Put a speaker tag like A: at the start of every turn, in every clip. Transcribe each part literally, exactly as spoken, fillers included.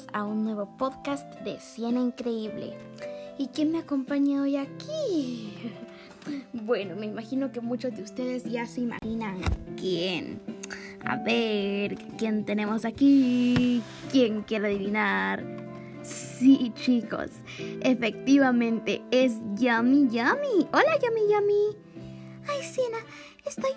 A: bienvenidos a un nuevo podcast de Siena Increíble. ¿Y quién me acompaña hoy aquí? Bueno, me imagino que muchos de ustedes ya se imaginan quién. A ver, ¿quién tenemos aquí? ¿Quién quiere adivinar? Sí, chicos, efectivamente es Yummy Yummy. Hola, Yummy Yummy.
B: Ay, Siena, estoy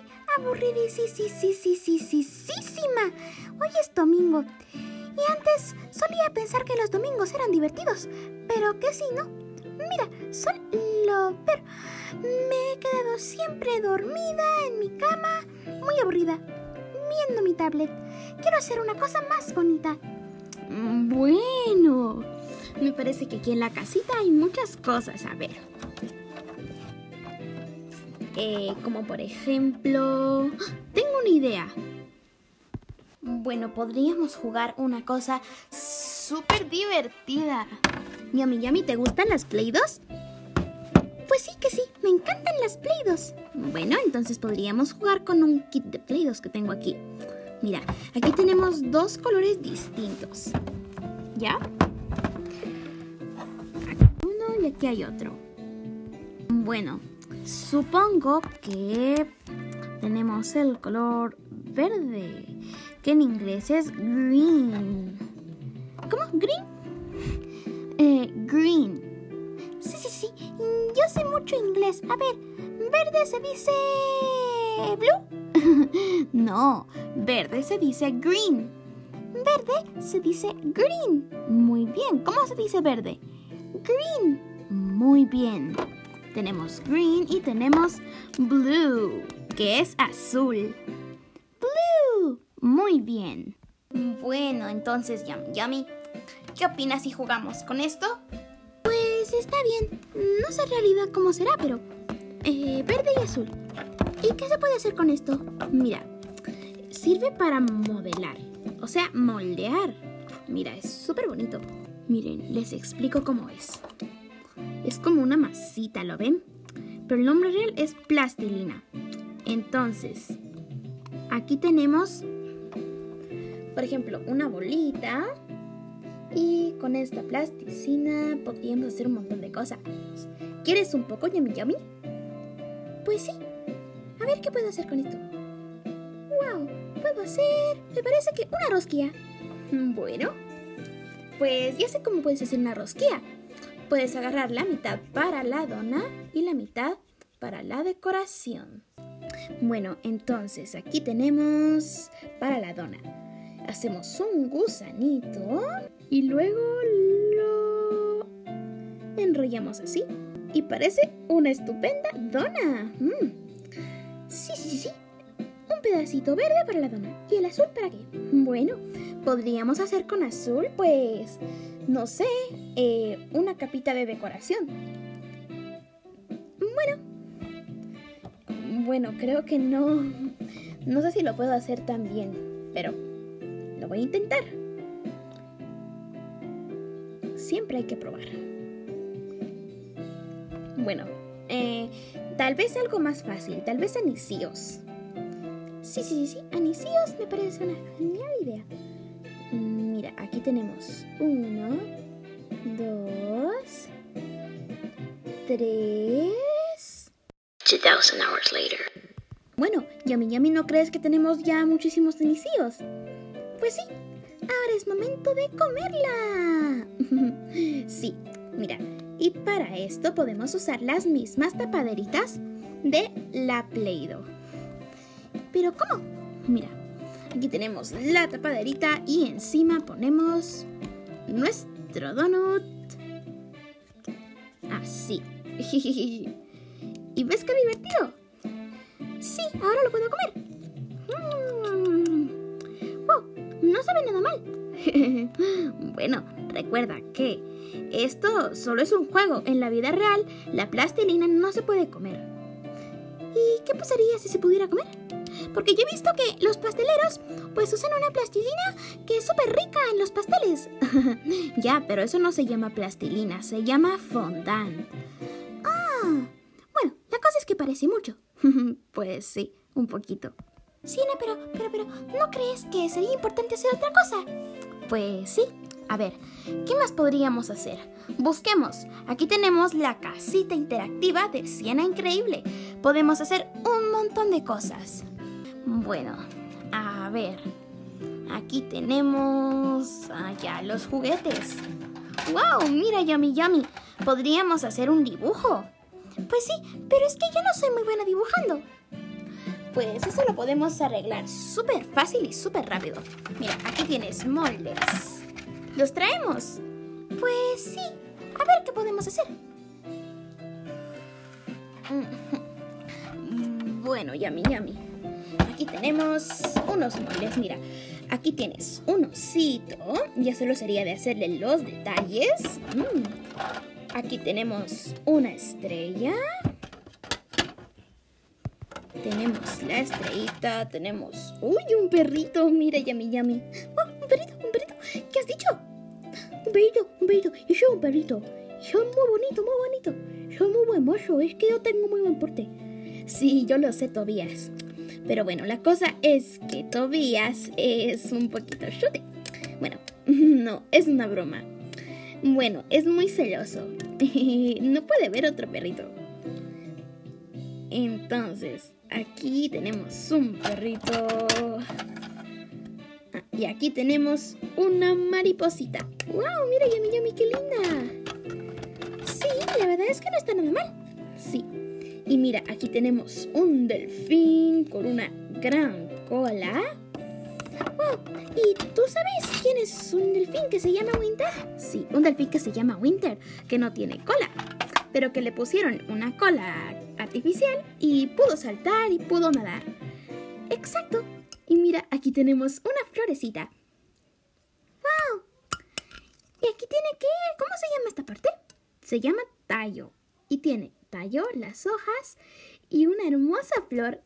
B: aburridísima. Hoy es domingo. Y antes solía pensar que los domingos eran divertidos, pero que sí, ¿no? Mira, solo ver. Me he quedado siempre dormida en mi cama, muy aburrida, viendo mi tablet. Quiero hacer una cosa más bonita.
A: Bueno, me parece que aquí en la casita hay muchas cosas. A ver. Eh, como por ejemplo... Tengo una idea. Bueno, podríamos jugar una cosa súper divertida. Yummy Yummy, ¿te gustan las Play-Dohs?
B: Pues sí que sí, me encantan las Play-Dohs.
A: Bueno, entonces podríamos jugar con un kit de Play-Dohs que tengo aquí. Mira, aquí tenemos dos colores distintos. ¿Ya? Aquí hay uno y aquí hay otro. Bueno, supongo que tenemos el color verde, que en inglés es green.
B: ¿Cómo? ¿Green?
A: Eh, green.
B: Sí, sí, sí. Yo sé mucho inglés. A ver, verde se dice... ¿blue?
A: No, verde se dice green.
B: Verde se dice green.
A: Muy bien. ¿Cómo se dice verde?
B: Green.
A: Muy bien. Tenemos green y tenemos blue, que es azul.
B: Blue.
A: Muy bien. Bueno, entonces, Yummy Yummy, ¿qué opinas si jugamos con esto?
B: Pues está bien. No sé en realidad cómo será, pero... Eh, verde y azul. ¿Y qué se puede hacer con esto?
A: Mira, sirve para modelar, o sea, moldear. Mira, es súper bonito. Miren, les explico cómo es. Es como una masita, ¿lo ven? Pero el nombre real es plastilina. Entonces, aquí tenemos, por ejemplo, una bolita. Y con esta plasticina podríamos hacer un montón de cosas. ¿Quieres un poco, Yummy Yummy?
B: Pues sí. A ver qué puedo hacer con esto. ¡Wow! Puedo hacer... me parece que una rosquilla.
A: Bueno, pues ya sé cómo puedes hacer una rosquilla. Puedes agarrar la mitad para la dona y la mitad para la decoración. Bueno, entonces aquí tenemos para la dona. Hacemos un gusanito y luego lo enrollamos así. Y parece una estupenda dona. Mm.
B: Sí, sí, sí. Un pedacito verde para la dona. ¿Y el azul para qué?
A: Bueno, podríamos hacer con azul, pues, no sé, eh, una capita de decoración.
B: Bueno.
A: Bueno, creo que no... No sé si lo puedo hacer tan bien, pero lo voy a intentar. Siempre hay que probar. Bueno, eh, tal vez algo más fácil, tal vez anillos.
B: Sí, sí, sí, sí, anillos me parece una genial idea.
A: Mira, aquí tenemos uno, dos, tres...
C: two thousand hours later.
A: Bueno, Yummy Yummy, ¿no crees que tenemos ya muchísimos anillos?
B: Pues sí, ahora es momento de comerla.
A: Sí, mira, y para esto podemos usar las mismas tapaderitas de la Play-Doh.
B: ¿Pero cómo?
A: Mira, aquí tenemos la tapaderita y encima ponemos nuestro donut. Así. ¿Y ves qué divertido?
B: Sí, ahora lo puedo comer.
A: Mm. Wow, no sabe nada mal. Bueno, recuerda que esto solo es un juego. En la vida real, la plastilina no se puede comer.
B: ¿Y qué pasaría si se pudiera comer? Porque yo he visto que los pasteleros pues usan una plastilina que es súper rica en los pasteles.
A: Ya, pero eso no se llama plastilina, se llama fondant.
B: Ah, bueno, la cosa es que parece mucho.
A: Pues sí, un poquito.
B: Siena, pero, pero, pero, ¿no crees que sería importante hacer otra cosa?
A: Pues sí, A ver, ¿qué más podríamos hacer? Busquemos. Aquí tenemos la casita interactiva de Siena Increíble. Podemos hacer un montón de cosas. Bueno, a ver. Aquí tenemos allá los juguetes. ¡Wow! Mira, Yummy Yummy. Podríamos hacer un dibujo.
B: Pues sí, pero es que yo no soy muy buena dibujando.
A: Pues eso lo podemos arreglar súper fácil y súper rápido. Mira, aquí tienes moldes. ¿Los traemos?
B: Pues sí. A ver qué podemos hacer.
A: Bueno, Yummy Yummy. Aquí tenemos unos moldes. Mira, aquí tienes un osito. Ya solo sería de hacerle los detalles. Mm. Aquí tenemos una estrella. Tenemos la estrellita, tenemos... ¡Uy, un perrito! Mira, Yummy Yummy.
B: ¡Oh, un perrito, un perrito! ¿Qué has dicho? Un perrito, un perrito. Yo soy un perrito. Soy muy bonito, muy bonito. Soy muy buen mozo. Es que yo tengo muy buen porte.
A: Sí, yo lo sé, Tobías. Pero bueno, la cosa es que Tobías es un poquito chute. Bueno, no, es una broma. Bueno, es muy celoso. No puede ver otro perrito. Entonces, aquí tenemos un perrito. Ah, y aquí tenemos una mariposita. ¡Wow! Mira, Yummy Yummy, qué linda.
B: Sí, la verdad es que no está nada mal.
A: Sí. Y mira, aquí tenemos un delfín con una gran cola.
B: ¡Wow! ¿Y tú sabes quién es un delfín que se llama Winter?
A: Sí, un delfín que se llama Winter, que no tiene cola, pero que le pusieron una cola artificial y pudo saltar y pudo nadar. Exacto. Y mira, aquí tenemos una florecita.
B: ¡Wow! ¿Y aquí tiene qué? ¿Cómo se llama esta parte?
A: Se llama tallo. Y tiene tallo, las hojas y una hermosa flor.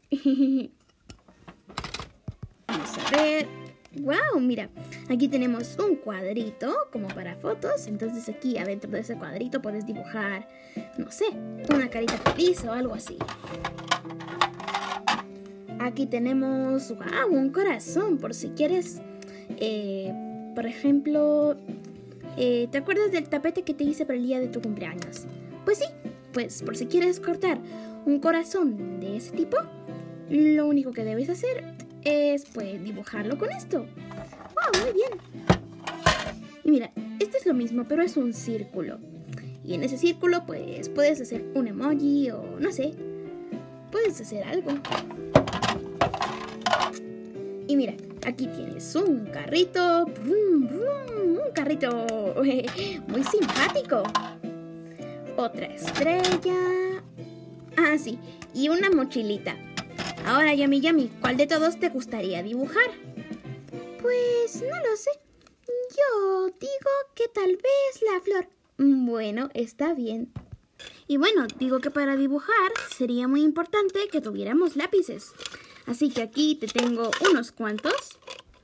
A: Vamos a ver. ¡Wow! Mira, aquí tenemos un cuadrito como para fotos. Entonces aquí adentro de ese cuadrito puedes dibujar, no sé, una carita feliz o algo así. Aquí tenemos, wow, un corazón por si quieres, eh, por ejemplo, eh, ¿te acuerdas del tapete que te hice para el día de tu cumpleaños? Pues sí, pues por si quieres cortar un corazón de ese tipo, lo único que debes hacer es pues dibujarlo con esto. ¡Wow! Muy bien. Y mira, este es lo mismo, pero es un círculo. Y en ese círculo pues puedes hacer un emoji o no sé, puedes hacer algo. Y mira, aquí tienes un carrito, brum, brum, un carrito muy simpático. Otra estrella. Ah, sí, y una mochilita. Ahora, Yummy Yummy, ¿cuál de todos te gustaría dibujar?
B: Pues no lo sé. Yo digo que tal vez la flor.
A: Bueno, está bien. Y bueno, digo que para dibujar sería muy importante que tuviéramos lápices. Así que aquí te tengo unos cuantos.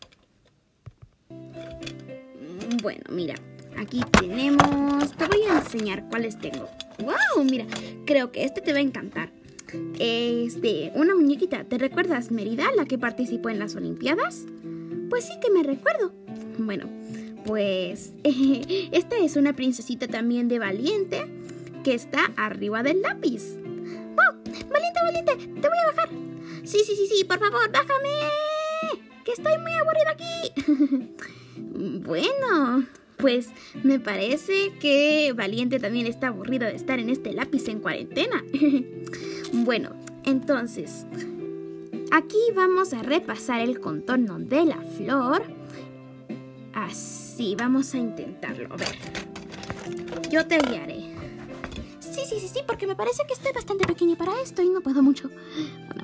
A: Bueno, mira, aquí tenemos... Te voy a enseñar cuáles tengo. ¡Wow! Mira, creo que este te va a encantar. Es de una muñequita. ¿Te recuerdas, Mérida, la que participó en las Olimpiadas?
B: Pues sí que me recuerdo.
A: Bueno, pues eh, esta es una princesita también de Valiente que está arriba del lápiz.
B: ¡Wow! ¡Valiente, Valiente! ¡Te voy a bajar!
A: Sí, sí, sí, sí, por favor, bájame. Que estoy muy aburrida aquí. Bueno, pues me parece que Valiente también está aburrida de estar en este lápiz en cuarentena. Bueno, entonces, aquí vamos a repasar el contorno de la flor. Así, vamos a intentarlo. A ver, yo te guiaré.
B: Sí, sí, sí, sí, porque me parece que estoy bastante pequeña para esto y no puedo mucho.
A: Bueno.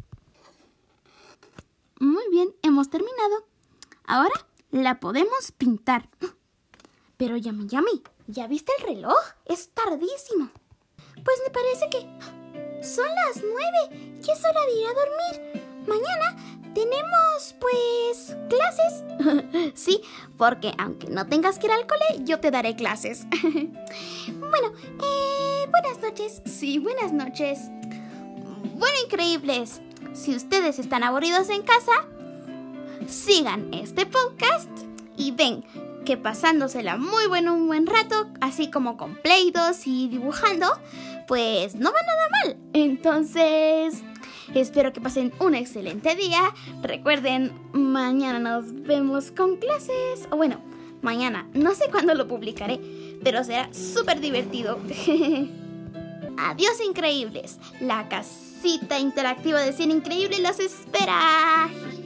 A: Muy bien, hemos terminado. Ahora la podemos pintar. Pero Yummy Yummy, ¿ya viste el reloj? Es tardísimo.
B: Pues me parece que son las nueve y es hora de ir a dormir. Mañana tenemos, pues, clases.
A: Sí, porque aunque no tengas que ir al cole, yo te daré clases.
B: Bueno, eh, buenas noches.
A: Sí, buenas noches. Bueno, increíbles. Si ustedes están aburridos en casa, sigan este podcast y ven que pasándosela muy bueno un buen rato, así como con Play-Dohs y dibujando, pues no va nada mal. Entonces, espero que pasen un excelente día. Recuerden, mañana nos vemos con clases. O bueno, mañana, no sé cuándo lo publicaré, pero será súper divertido. Adiós, increíbles. La casita interactiva de Cien Increíble los espera.